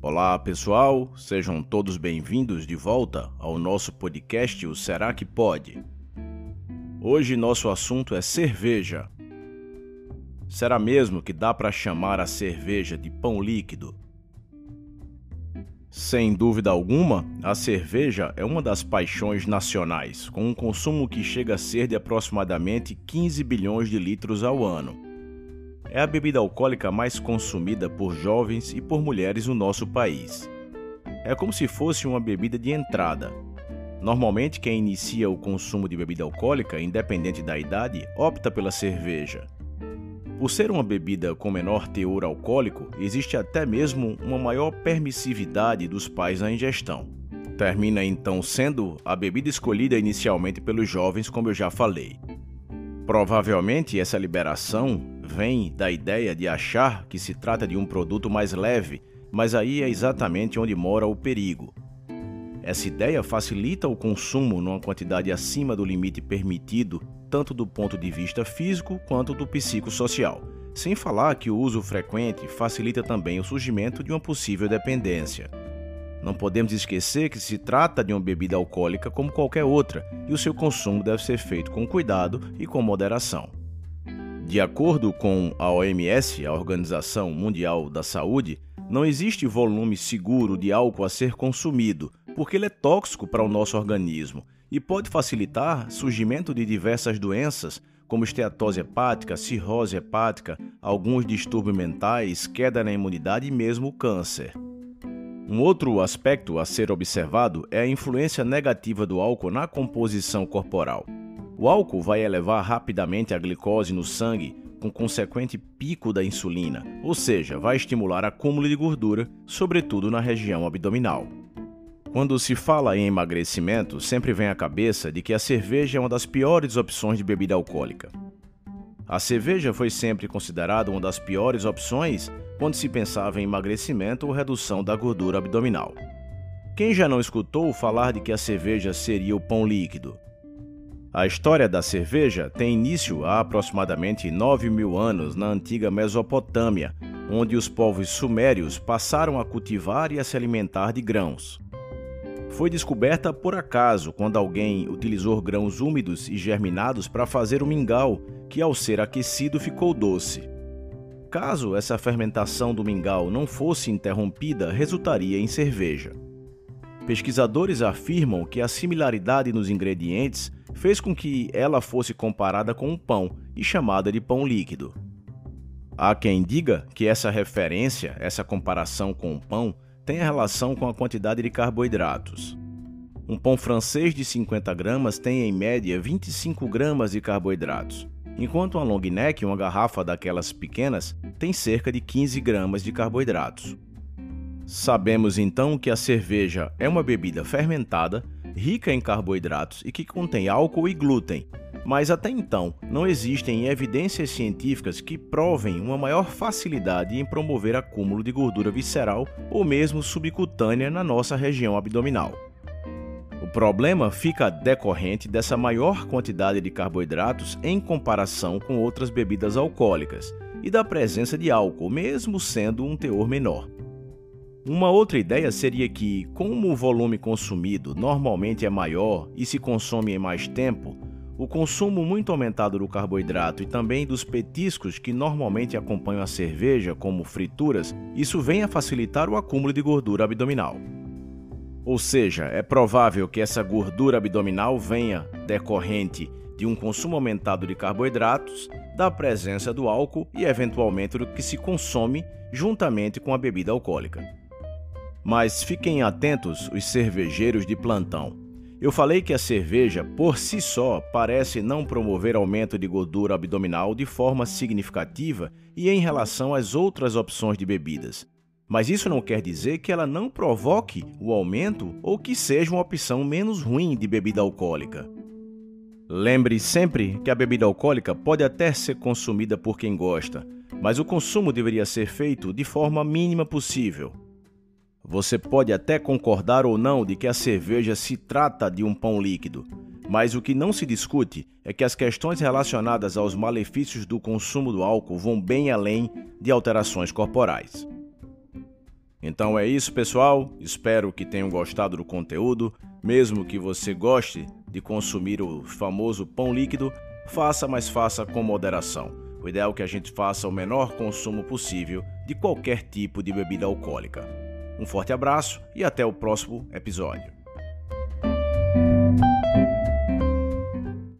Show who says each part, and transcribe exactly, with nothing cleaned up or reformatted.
Speaker 1: Olá pessoal, sejam todos bem-vindos de volta ao nosso podcast O Será que Pode? Hoje nosso assunto é cerveja. Será mesmo que dá para chamar a cerveja de pão líquido? Sem dúvida alguma, a cerveja é uma das paixões nacionais, com um consumo que chega a ser de aproximadamente quinze bilhões de litros ao ano. É a bebida alcoólica mais consumida por jovens e por mulheres no nosso país. É como se fosse uma bebida de entrada. Normalmente, quem inicia o consumo de bebida alcoólica, independente da idade, opta pela cerveja. Por ser uma bebida com menor teor alcoólico, existe até mesmo uma maior permissividade dos pais na ingestão. Termina então sendo a bebida escolhida inicialmente pelos jovens, como eu já falei. Provavelmente essa liberação vem da ideia de achar que se trata de um produto mais leve, mas aí é exatamente onde mora o perigo. Essa ideia facilita o consumo numa quantidade acima do limite permitido, tanto do ponto de vista físico quanto do psicossocial, sem falar que o uso frequente facilita também o surgimento de uma possível dependência. Não podemos esquecer que se trata de uma bebida alcoólica como qualquer outra, e o seu consumo deve ser feito com cuidado e com moderação. De acordo com a O M S, a Organização Mundial da Saúde, não existe volume seguro de álcool a ser consumido, porque ele é tóxico para o nosso organismo e pode facilitar o surgimento de diversas doenças, como esteatose hepática, cirrose hepática, alguns distúrbios mentais, queda na imunidade e mesmo câncer. Um outro aspecto a ser observado é a influência negativa do álcool na composição corporal. O álcool vai elevar rapidamente a glicose no sangue, com consequente pico da insulina, ou seja, vai estimular acúmulo de gordura, sobretudo na região abdominal. Quando se fala em emagrecimento, sempre vem à cabeça de que a cerveja é uma das piores opções de bebida alcoólica. A cerveja foi sempre considerada uma das piores opções quando se pensava em emagrecimento ou redução da gordura abdominal. Quem já não escutou falar de que a cerveja seria o pão líquido? A história da cerveja tem início há aproximadamente nove mil anos na antiga Mesopotâmia, onde os povos sumérios passaram a cultivar e a se alimentar de grãos. Foi descoberta por acaso quando alguém utilizou grãos úmidos e germinados para fazer um mingau, que ao ser aquecido ficou doce. Caso essa fermentação do mingau não fosse interrompida, resultaria em cerveja. Pesquisadores afirmam que a similaridade nos ingredientes fez com que ela fosse comparada com um pão e chamada de pão líquido. Há quem diga que essa referência, essa comparação com o pão, tem relação com a quantidade de carboidratos. Um pão francês de cinquenta gramas tem em média vinte e cinco gramas de carboidratos, enquanto uma long neck, uma garrafa daquelas pequenas, tem cerca de quinze gramas de carboidratos. Sabemos então que a cerveja é uma bebida fermentada, rica em carboidratos e que contém álcool e glúten, mas até então não existem evidências científicas que provem uma maior facilidade em promover acúmulo de gordura visceral ou mesmo subcutânea na nossa região abdominal. O problema fica decorrente dessa maior quantidade de carboidratos em comparação com outras bebidas alcoólicas e da presença de álcool, mesmo sendo um teor menor. Uma outra ideia seria que, como o volume consumido normalmente é maior e se consome em mais tempo, o consumo muito aumentado do carboidrato e também dos petiscos que normalmente acompanham a cerveja, como frituras, isso vem a facilitar o acúmulo de gordura abdominal. Ou seja, é provável que essa gordura abdominal venha decorrente de um consumo aumentado de carboidratos, da presença do álcool e eventualmente do que se consome juntamente com a bebida alcoólica. Mas fiquem atentos os cervejeiros de plantão. Eu falei que a cerveja, por si só, parece não promover aumento de gordura abdominal de forma significativa e em relação às outras opções de bebidas. Mas isso não quer dizer que ela não provoque o aumento ou que seja uma opção menos ruim de bebida alcoólica. Lembre sempre que a bebida alcoólica pode até ser consumida por quem gosta, mas o consumo deveria ser feito de forma mínima possível. Você pode até concordar ou não de que a cerveja se trata de um pão líquido, mas o que não se discute é que as questões relacionadas aos malefícios do consumo do álcool vão bem além de alterações corporais. Então é isso, pessoal. Espero que tenham gostado do conteúdo. Mesmo que você goste de consumir o famoso pão líquido, faça, mas faça com moderação. O ideal é que a gente faça o menor consumo possível de qualquer tipo de bebida alcoólica. Um forte abraço e até o próximo episódio.